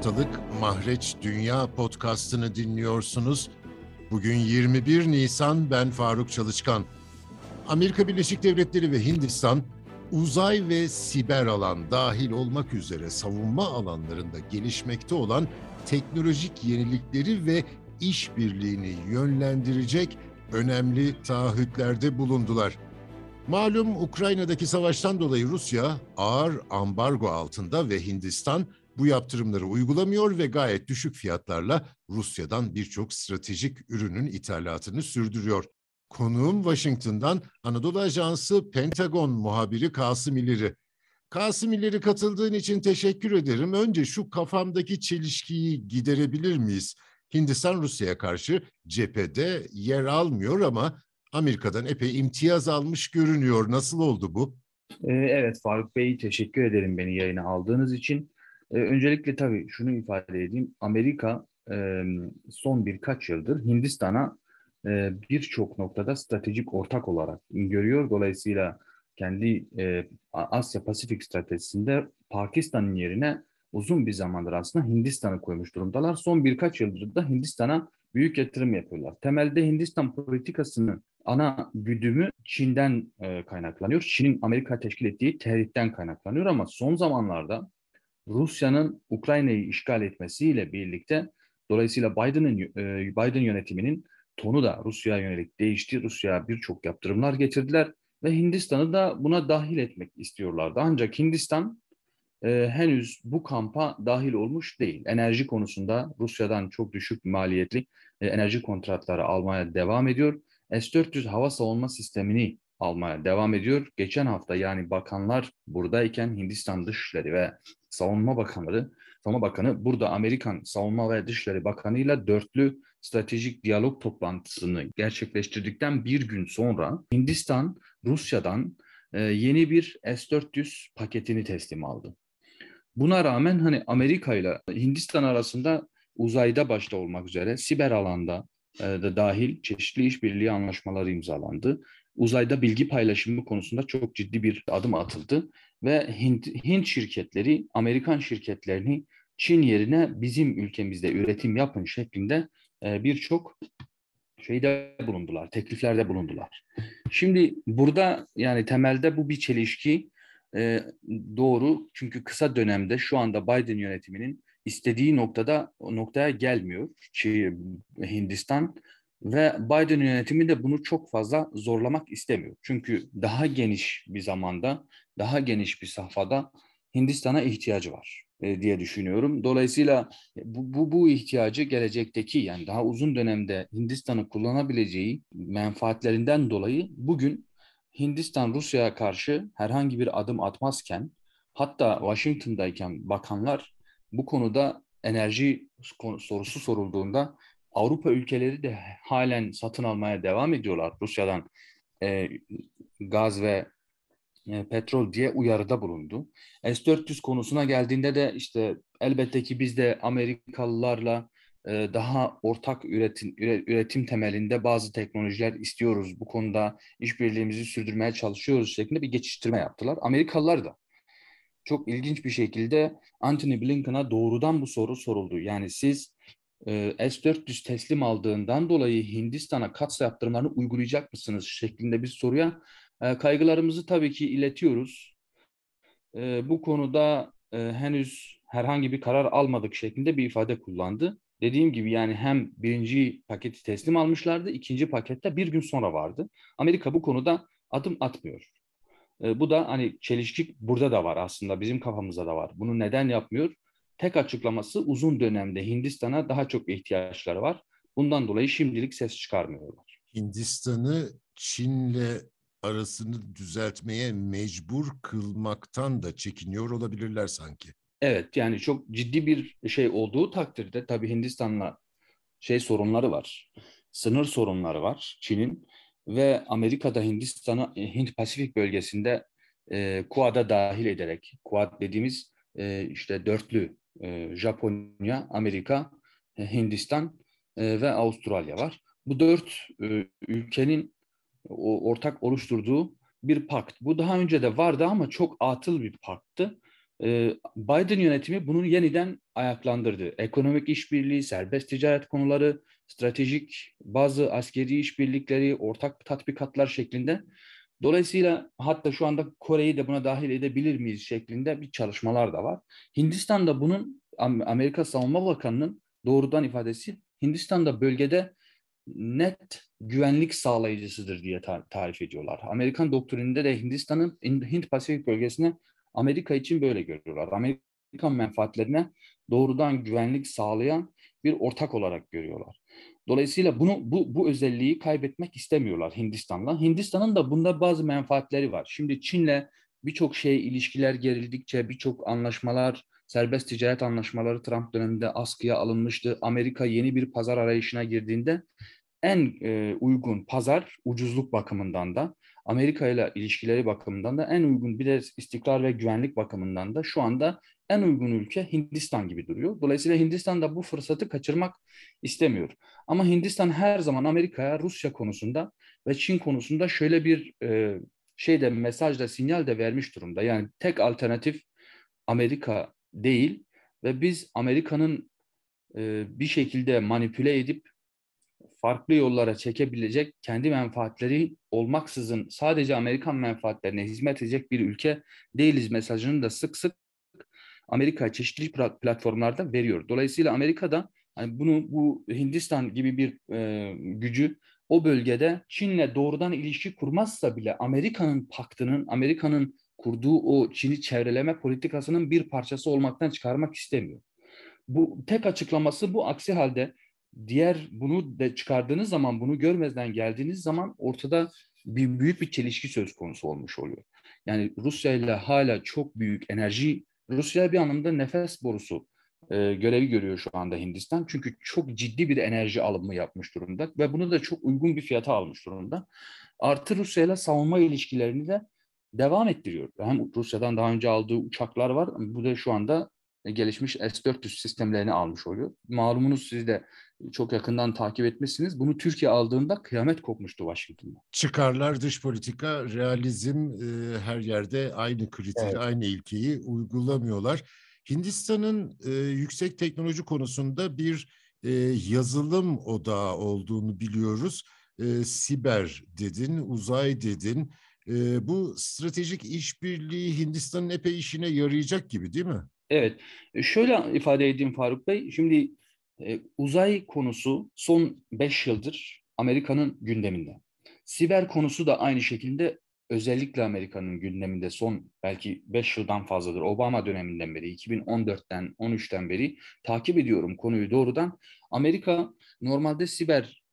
haftalık Mahreç Dünya podcastını dinliyorsunuz. Bugün 21 Nisan, ben Faruk Çalışkan. Amerika Birleşik Devletleri ve Hindistan, uzay ve siber alan dahil olmak üzere savunma alanlarında gelişmekte olan teknolojik yenilikleri ve işbirliğini yönlendirecek önemli taahhütlerde bulundular. Malum Ukrayna'daki savaştan dolayı Rusya ağır ambargo altında ve Hindistan bu yaptırımları uygulamıyor ve gayet düşük fiyatlarla Rusya'dan birçok stratejik ürünün ithalatını sürdürüyor. Konuğum Washington'dan Anadolu Ajansı Pentagon muhabiri Kasım İleri. Kasım İleri, katıldığın için teşekkür ederim. Önce şu kafamdaki çelişkiyi giderebilir miyiz? Hindistan Rusya'ya karşı cephede yer almıyor ama Amerika'dan epey imtiyaz almış görünüyor. Nasıl oldu bu? Evet Faruk Bey, teşekkür ederim beni yayına aldığınız için. Öncelikle tabii şunu ifade edeyim. Amerika son birkaç yıldır Hindistan'a birçok noktada stratejik ortak olarak görüyor. Dolayısıyla kendi Asya Pasifik stratejisinde Pakistan'ın yerine uzun bir zamandır aslında Hindistan'ı koymuş durumdalar. Son birkaç yıldır da Hindistan'a büyük yatırım yapıyorlar. Temelde Hindistan politikasının ana güdümü Çin'den kaynaklanıyor. Çin'in Amerika teşkil ettiği tehditten kaynaklanıyor ama son zamanlarda Rusya'nın Ukrayna'yı işgal etmesiyle birlikte dolayısıyla Biden yönetiminin tonu da Rusya'ya yönelik değişti. Rusya'ya birçok yaptırımlar getirdiler ve Hindistan'ı da buna dahil etmek istiyorlardı. Ancak Hindistan henüz bu kampa dahil olmuş değil. Enerji konusunda Rusya'dan çok düşük maliyetli enerji kontratları almaya devam ediyor. S-400 hava savunma sistemini almaya devam ediyor. Geçen hafta, yani bakanlar buradayken Hindistan Dışişleri ve Savunma Bakanı burada Amerikan Savunma ve Dışişleri Bakanı ile dörtlü stratejik diyalog toplantısını gerçekleştirdikten bir gün sonra Hindistan Rusya'dan yeni bir S-400 paketini teslim aldı. Buna rağmen hani Amerika ile Hindistan arasında uzayda başta olmak üzere siber alanda da dahil çeşitli işbirliği anlaşmaları imzalandı. Uzayda bilgi paylaşımı konusunda çok ciddi bir adım atıldı ve Hint şirketleri Amerikan şirketlerini Çin yerine bizim ülkemizde üretim yapın şeklinde birçok tekliflerde bulundular. Şimdi burada yani temelde bu bir çelişki. Ee, doğru, çünkü kısa dönemde şu anda Biden yönetiminin istediği noktaya gelmiyor Hindistan ve Biden yönetimi de bunu çok fazla zorlamak istemiyor. Çünkü daha geniş bir zamanda, daha geniş bir safhada Hindistan'a ihtiyacı var diye düşünüyorum. Dolayısıyla bu ihtiyacı gelecekteki, yani daha uzun dönemde Hindistan'ı kullanabileceği menfaatlerinden dolayı bugün Hindistan Rusya'ya karşı herhangi bir adım atmazken, hatta Washington'dayken bakanlar bu konuda enerji sorusu sorulduğunda Avrupa ülkeleri de halen satın almaya devam ediyorlar Rusya'dan e, gaz ve petrol diye uyarıda bulundu. S-400 konusuna geldiğinde de işte elbette ki biz de Amerikalılarla daha ortak üretim temelinde bazı teknolojiler istiyoruz. Bu konuda işbirliğimizi sürdürmeye çalışıyoruz şeklinde bir geçiştirme yaptılar. Amerikalılar da çok ilginç bir şekilde Antony Blinken'a doğrudan bu soru soruldu. Yani siz S-400 teslim aldığından dolayı Hindistan'a katsa yaptırımlarını uygulayacak mısınız şeklinde bir soruya kaygılarımızı tabii ki iletiyoruz. Bu konuda henüz herhangi bir karar almadık şeklinde bir ifade kullandı. Dediğim gibi yani hem birinci paketi teslim almışlardı, ikinci pakette bir gün sonra vardı. Amerika bu konuda adım atmıyor. Bu da hani çelişki burada da var aslında, bizim kafamızda da var. Bunu neden yapmıyor? Tek açıklaması, uzun dönemde Hindistan'a daha çok ihtiyaçları var. Bundan dolayı şimdilik ses çıkarmıyorlar. Hindistan'ı Çin'le arasını düzeltmeye mecbur kılmaktan da çekiniyor olabilirler sanki. Evet, yani çok ciddi bir şey olduğu takdirde tabii Hindistan'la sorunları var. Sınır sorunları var Çin'in ve Amerika'da Hindistan'ı Hint Pasifik bölgesinde Quad'a dahil ederek, Quad dediğimiz işte dörtlü, Japonya, Amerika, Hindistan ve Avustralya var. Bu dört ülkenin ortak oluşturduğu bir pakt. Bu daha önce de vardı ama çok atıl bir pakttı. Biden yönetimi bunu yeniden ayaklandırdı. Ekonomik işbirliği, serbest ticaret konuları, stratejik bazı askeri işbirlikleri, ortak tatbikatlar şeklinde. Dolayısıyla hatta şu anda Kore'yi de buna dahil edebilir miyiz şeklinde bir çalışmalar da var. Hindistan da bunun, Amerika Savunma Bakanı'nın doğrudan ifadesi, Hindistan da bölgede net güvenlik sağlayıcısıdır diye tarif ediyorlar. Amerikan doktrininde de Hindistan'ın Hint-Pasifik bölgesine Amerika için böyle görüyorlar. Amerikan menfaatlerine doğrudan güvenlik sağlayan bir ortak olarak görüyorlar. Dolayısıyla bu özelliği kaybetmek istemiyorlar Hindistan'la. Hindistan'ın da bunda bazı menfaatleri var. Şimdi Çin'le birçok ilişkiler gerildikçe, birçok anlaşmalar, serbest ticaret anlaşmaları Trump döneminde askıya alınmıştı. Amerika yeni bir pazar arayışına girdiğinde en uygun pazar, ucuzluk bakımından da, Amerika ile ilişkileri bakımından da en uygun, bir de istikrar ve güvenlik bakımından da şu anda en uygun ülke Hindistan gibi duruyor. Dolayısıyla Hindistan da bu fırsatı kaçırmak istemiyor. Ama Hindistan her zaman Amerika'ya Rusya konusunda ve Çin konusunda şöyle bir mesaj da, sinyal de vermiş durumda. Yani tek alternatif Amerika değil ve biz Amerika'nın bir şekilde manipüle edip farklı yollara çekebilecek, kendi menfaatleri olmaksızın sadece Amerikan menfaatlerine hizmet edecek bir ülke değiliz mesajını da sık sık Amerika çeşitli platformlarda veriyor. Dolayısıyla Amerika'da hani bu Hindistan gibi bir gücü o bölgede Çin'le doğrudan ilişki kurmazsa bile Amerika'nın paktının, Amerika'nın kurduğu o Çin'i çevreleme politikasının bir parçası olmaktan çıkarmak istemiyor. Bu tek açıklaması bu. Aksi halde bunu da çıkardığınız zaman, bunu görmezden geldiğiniz zaman ortada büyük bir çelişki söz konusu olmuş oluyor. Yani Rusya ile hala çok büyük enerji, Rusya bir anlamda nefes borusu görevi görüyor şu anda Hindistan. Çünkü çok ciddi bir enerji alımı yapmış durumda ve bunu da çok uygun bir fiyata almış durumda. Artı Rusya ile savunma ilişkilerini de devam ettiriyor. Hem Rusya'dan daha önce aldığı uçaklar var. Bu da şu anda gelişmiş S-400 sistemlerini almış oluyor. Malumunuz, siz de çok yakından takip etmişsiniz. Bunu Türkiye aldığında kıyamet kopmuştu Washington'da. Çıkarlar, dış politika, realizm her yerde aynı kriteri, Evet. aynı ilkeyi uygulamıyorlar. Hindistan'ın yüksek teknoloji konusunda bir yazılım odağı olduğunu biliyoruz. Siber dedin, uzay dedin. Bu stratejik işbirliği Hindistan'ın epey işine yarayacak gibi, değil mi? Evet. Şöyle ifade edeyim Faruk Bey. Şimdi uzay konusu son 5 yıldır Amerika'nın gündeminde. Siber konusu da aynı şekilde özellikle Amerika'nın gündeminde son belki 5 yıldan fazladır. Obama döneminden beri, 2014'ten, 13'ten beri takip ediyorum konuyu doğrudan. Amerika normalde siber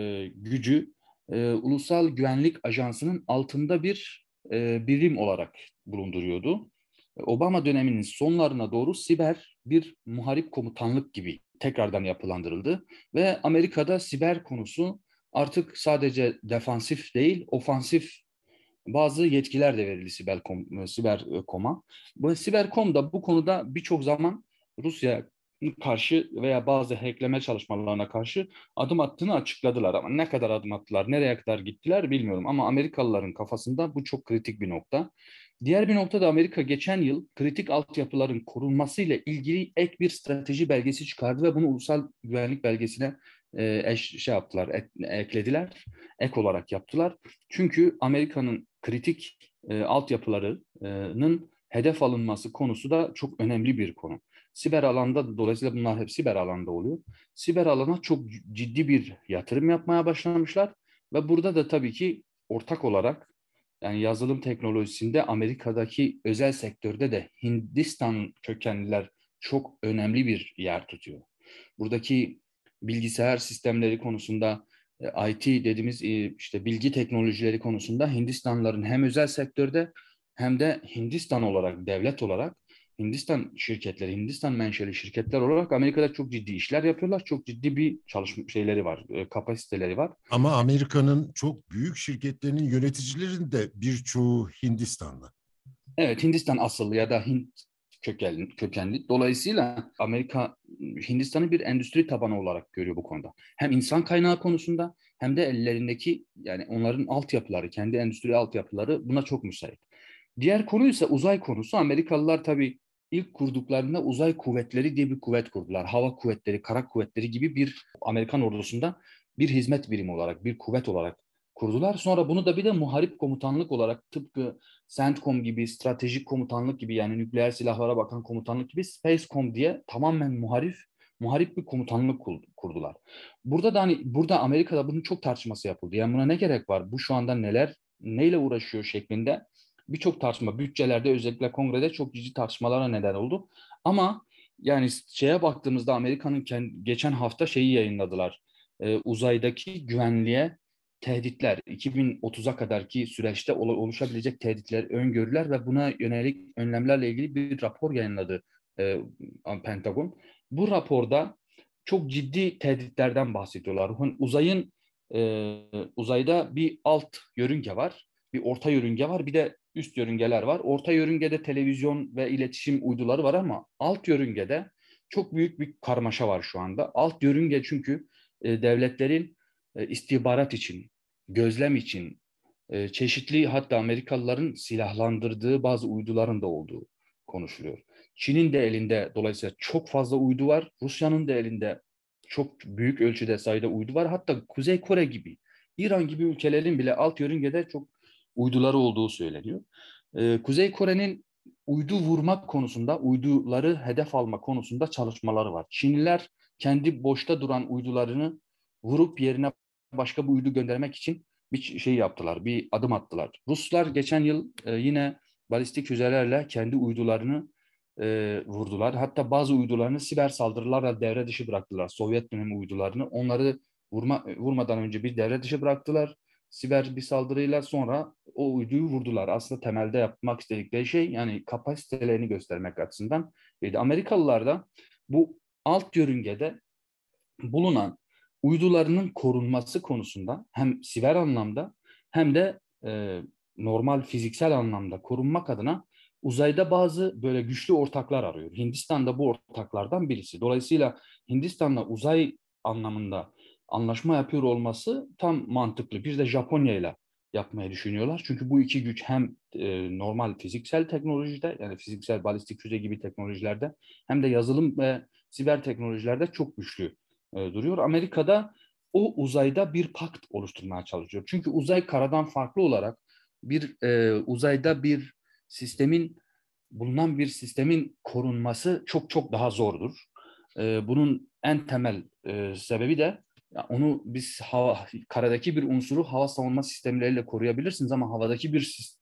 gücü Ulusal Güvenlik Ajansı'nın altında bir birim olarak bulunduruyordu. Obama döneminin sonlarına doğru siber bir muharip komutanlık gibi tekrardan yapılandırıldı ve Amerika'da siber konusu artık sadece defansif değil, ofansif bazı yetkiler de verildi Siberkom'a. Bu Siberkom da bu konuda birçok zaman Rusya karşı veya bazı hackleme çalışmalarına karşı adım attığını açıkladılar. Ama ne kadar adım attılar, nereye kadar gittiler bilmiyorum. Ama Amerikalıların kafasında bu çok kritik bir nokta. Diğer bir noktada Amerika geçen yıl kritik altyapıların korunmasıyla ilgili ek bir strateji belgesi çıkardı ve bunu ulusal güvenlik belgesine eklediler, ek olarak yaptılar. Çünkü Amerika'nın kritik altyapılarının hedef alınması konusu da çok önemli bir konu. Siber alanda da, dolayısıyla bunlar hep siber alanda oluyor. Siber alana çok ciddi bir yatırım yapmaya başlamışlar ve burada da tabii ki ortak olarak, yani yazılım teknolojisinde Amerika'daki özel sektörde de Hindistan kökenliler çok önemli bir yer tutuyor. Buradaki bilgisayar sistemleri konusunda, IT dediğimiz işte bilgi teknolojileri konusunda Hindistanlıların hem özel sektörde hem de Hindistan olarak, devlet olarak Hindistan şirketleri, Hindistan menşeli şirketler olarak Amerika'da çok ciddi işler yapıyorlar. Çok ciddi bir çalışma şeyleri var, kapasiteleri var. Ama Amerika'nın çok büyük şirketlerinin yöneticilerinin de birçoğu Hindistanlı. Evet, Hindistan asıllı ya da Hint kökenli. Dolayısıyla Amerika Hindistan'ı bir endüstri tabanı olarak görüyor bu konuda. Hem insan kaynağı konusunda hem de ellerindeki, yani onların altyapıları, kendi endüstri altyapıları buna çok müsait. Diğer konu ise uzay konusu. Amerikalılar tabii ilk kurduklarında uzay kuvvetleri diye bir kuvvet kurdular. Hava kuvvetleri, kara kuvvetleri gibi bir Amerikan ordusunda bir hizmet birimi olarak, bir kuvvet olarak kurdular. Sonra bunu da bir de muharip komutanlık olarak tıpkı CENTCOM gibi, stratejik komutanlık gibi, yani nükleer silahlara bakan komutanlık gibi SPACECOM diye tamamen muharip bir komutanlık kurdular. Burada da burada Amerika'da bunun çok tartışması yapıldı. Yani buna ne gerek var? Bu şu anda neyle uğraşıyor şeklinde birçok tartışma, bütçelerde özellikle kongrede çok ciddi tartışmalara neden oldu. Ama yani şeye baktığımızda Amerika'nın geçen hafta şeyi yayınladılar. Uzaydaki güvenliğe tehditler, 2030'a kadarki süreçte oluşabilecek tehditler, öngörüler ve buna yönelik önlemlerle ilgili bir rapor yayınladı Pentagon. Bu raporda çok ciddi tehditlerden bahsediyorlar. Uzayda bir alt yörünge var, bir orta yörünge var, bir de üst yörüngeler var. Orta yörüngede televizyon ve iletişim uyduları var ama alt yörüngede çok büyük bir karmaşa var şu anda. Alt yörünge çünkü devletlerin istihbarat için, gözlem için, çeşitli hatta Amerikalıların silahlandırdığı bazı uyduların da olduğu konuşuluyor. Çin'in de elinde dolayısıyla çok fazla uydu var. Rusya'nın da elinde çok büyük ölçüde sayıda uydu var. Hatta Kuzey Kore gibi, İran gibi ülkelerin bile alt yörüngede çok uyduları olduğu söyleniyor. Kuzey Kore'nin uydu vurmak konusunda, uyduları hedef alma konusunda çalışmaları var. Çinliler kendi boşta duran uydularını vurup yerine başka bir uydu göndermek için bir şey yaptılar, bir adım attılar. Ruslar geçen yıl yine balistik füzelerle kendi uydularını vurdular. Hatta bazı uydularını siber saldırılarla devre dışı bıraktılar. Sovyet dönemi uydularını. Onları vurmadan önce bir devre dışı bıraktılar. Siber bir saldırıyla sonra o uyduyu vurdular. Aslında temelde yapmak istedikleri şey yani kapasitelerini göstermek açısından. Amerikalılar da bu alt yörüngede bulunan uydularının korunması konusunda hem siber anlamda hem de normal fiziksel anlamda korunmak adına uzayda bazı böyle güçlü ortaklar arıyor. Hindistan da bu ortaklardan birisi. Dolayısıyla Hindistan'la uzay anlamında anlaşma yapıyor olması tam mantıklı. Bir de Japonya ile yapmayı düşünüyorlar. Çünkü bu iki güç hem normal fiziksel teknolojide yani fiziksel balistik füze gibi teknolojilerde hem de yazılım ve siber teknolojilerde çok güçlü duruyor. Amerika'da o uzayda bir pakt oluşturmaya çalışıyor. Çünkü uzay karadan farklı olarak uzayda bulunan bir sistemin korunması çok çok daha zordur. Bunun en temel sebebi de onu biz karadaki bir unsuru hava savunma sistemleriyle koruyabilirsiniz ama havadaki bir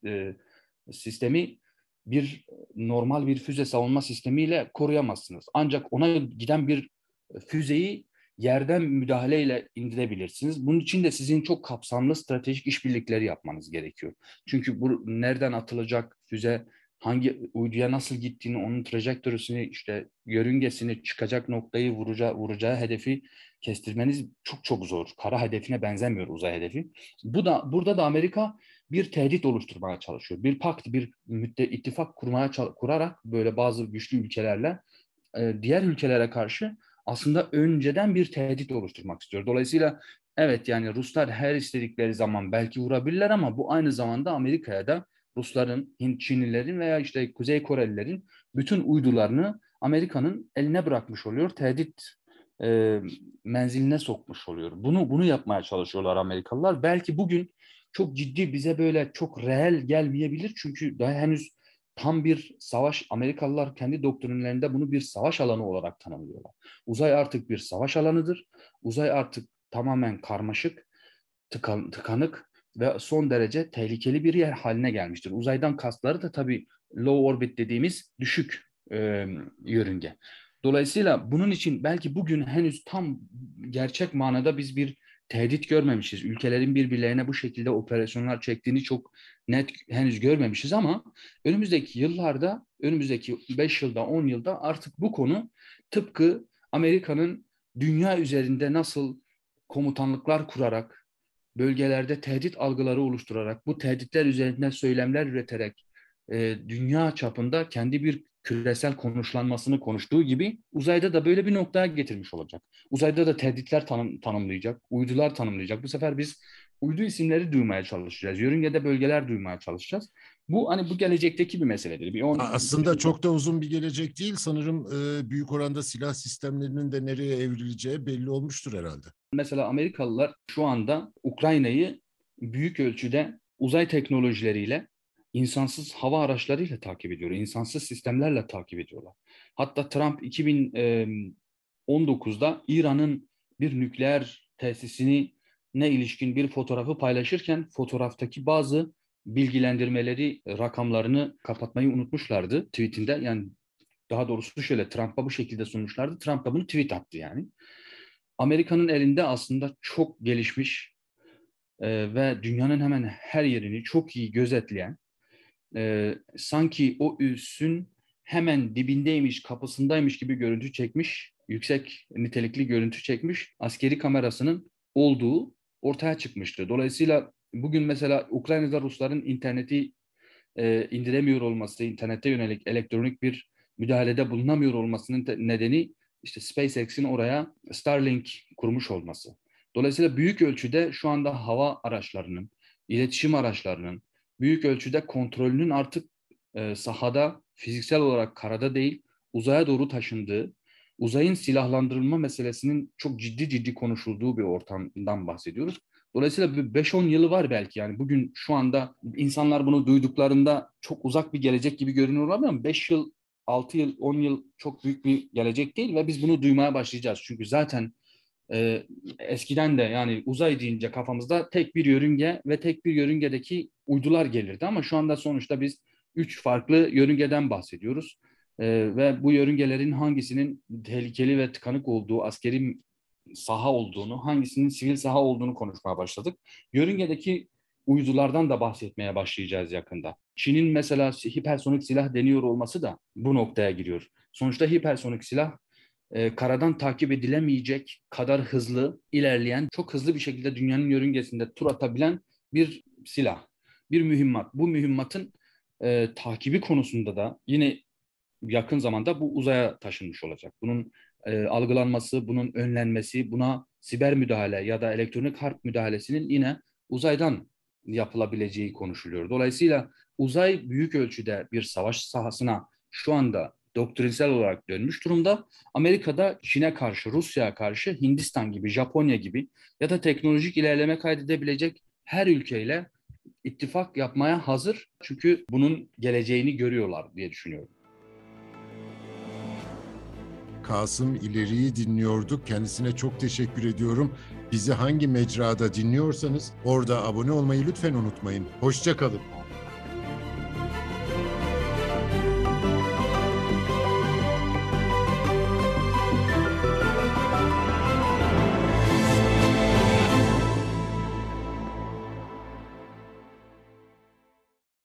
sistemi bir normal bir füze savunma sistemiyle koruyamazsınız. Ancak ona giden bir füzeyi yerden müdahaleyle indirebilirsiniz. Bunun için de sizin çok kapsamlı stratejik işbirlikleri yapmanız gerekiyor. Çünkü bu nereden atılacak füze, hangi uyduya nasıl gittiğini, onun trajektörisini, işte yörüngesini, çıkacak noktayı, vuracağı hedefi kestirmeniz çok çok zor. Kara hedefine benzemiyor uzay hedefi. Burada da Amerika bir tehdit oluşturmaya çalışıyor. Bir pakt, bir ittifak kurarak böyle bazı güçlü ülkelerle diğer ülkelere karşı aslında önceden bir tehdit oluşturmak istiyor. Dolayısıyla evet yani Ruslar her istedikleri zaman belki vurabilirler ama bu aynı zamanda Amerika'ya da Rusların, Çinlilerin veya işte Kuzey Korelilerin bütün uydularını Amerika'nın eline bırakmış oluyor. Tehdit e, menziline sokmuş oluyor. Bunu yapmaya çalışıyorlar Amerikalılar. Belki bugün çok ciddi bize böyle çok reel gelmeyebilir çünkü daha henüz tam bir savaş, Amerikalılar kendi doktrinlerinde bunu bir savaş alanı olarak tanımlıyorlar. Uzay artık bir savaş alanıdır. Uzay artık tamamen karmaşık, tıkanık ve son derece tehlikeli bir yer haline gelmiştir. Uzaydan kastları da tabii low orbit dediğimiz düşük yörünge. Dolayısıyla bunun için belki bugün henüz tam gerçek manada biz bir tehdit görmemişiz. Ülkelerin birbirlerine bu şekilde operasyonlar çektiğini çok net henüz görmemişiz ama önümüzdeki yıllarda, önümüzdeki 5 yılda, 10 yılda artık bu konu tıpkı Amerika'nın dünya üzerinde nasıl komutanlıklar kurarak, bölgelerde tehdit algıları oluşturarak, bu tehditler üzerinden söylemler üreterek dünya çapında kendi bir küresel konuşlanmasını konuştuğu gibi uzayda da böyle bir noktaya getirmiş olacak. Uzayda da tehditler tanımlayacak, uydular tanımlayacak. Bu sefer biz uydu isimleri duymaya çalışacağız. Yörüngede bölgeler duymaya çalışacağız. Bu hani bu gelecekteki bir meseledir. Aslında çok da uzun bir gelecek değil. Sanırım büyük oranda silah sistemlerinin de nereye evrileceği belli olmuştur herhalde. Mesela Amerikalılar şu anda Ukrayna'yı büyük ölçüde uzay teknolojileriyle, insansız hava araçlarıyla takip ediyor. İnsansız sistemlerle takip ediyorlar. Hatta Trump 2019'da İran'ın bir nükleer tesisini ne ilişkin bir fotoğrafı paylaşırken fotoğraftaki bazı bilgilendirmeleri, rakamlarını kapatmayı unutmuşlardı tweetinde. Yani daha doğrusu şöyle, Trump'a bu şekilde sunmuşlardı. Trump da bunu tweet attı yani. Amerika'nın elinde aslında çok gelişmiş ve dünyanın hemen her yerini çok iyi gözetleyen, sanki o üssün hemen dibindeymiş, kapısındaymış gibi görüntü çekmiş, yüksek nitelikli görüntü çekmiş askeri kamerasının olduğu ortaya çıkmıştı. Dolayısıyla bugün mesela Ukrayna'da Rusların interneti indiremiyor olması, internete yönelik elektronik bir müdahalede bulunamıyor olmasının nedeni işte SpaceX'in oraya Starlink kurmuş olması. Dolayısıyla büyük ölçüde şu anda hava araçlarının, iletişim araçlarının büyük ölçüde kontrolünün artık sahada, fiziksel olarak karada değil, uzaya doğru taşındığı, uzayın silahlandırılma meselesinin çok ciddi konuşulduğu bir ortamdan bahsediyoruz. Dolayısıyla 5-10 yılı var belki, yani bugün şu anda insanlar bunu duyduklarında çok uzak bir gelecek gibi görünüyor olabilir ama 5 yıl, 6 yıl, 10 yıl çok büyük bir gelecek değil ve biz bunu duymaya başlayacağız. Çünkü zaten eskiden de yani uzay deyince kafamızda tek bir yörünge ve tek bir yörüngedeki uydular gelirdi ama şu anda sonuçta biz 3 farklı yörüngeden bahsediyoruz. Ve bu yörüngelerin hangisinin tehlikeli ve tıkanık olduğu, askeri saha olduğunu, hangisinin sivil saha olduğunu konuşmaya başladık. Yörüngedeki uydulardan da bahsetmeye başlayacağız yakında. Çin'in mesela hipersonik silah deniyor olması da bu noktaya giriyor. Sonuçta hipersonik silah karadan takip edilemeyecek kadar hızlı ilerleyen, çok hızlı bir şekilde dünyanın yörüngesinde tur atabilen bir silah, bir mühimmat. Bu mühimmatın takibi konusunda da yine yakın zamanda bu uzaya taşınmış olacak. Bunun algılanması, bunun önlenmesi, buna siber müdahale ya da elektronik harp müdahalesinin yine uzaydan yapılabileceği konuşuluyor. Dolayısıyla uzay büyük ölçüde bir savaş sahasına şu anda doktrinsel olarak dönmüş durumda. Amerika'da Çin'e karşı, Rusya'ya karşı, Hindistan gibi, Japonya gibi ya da teknolojik ilerleme kaydedebilecek her ülkeyle ittifak yapmaya hazır. Çünkü bunun geleceğini görüyorlar diye düşünüyorum. Kasım İleri'yi dinliyorduk. Kendisine çok teşekkür ediyorum. Bizi hangi mecrada dinliyorsanız orada abone olmayı lütfen unutmayın. Hoşça kalın.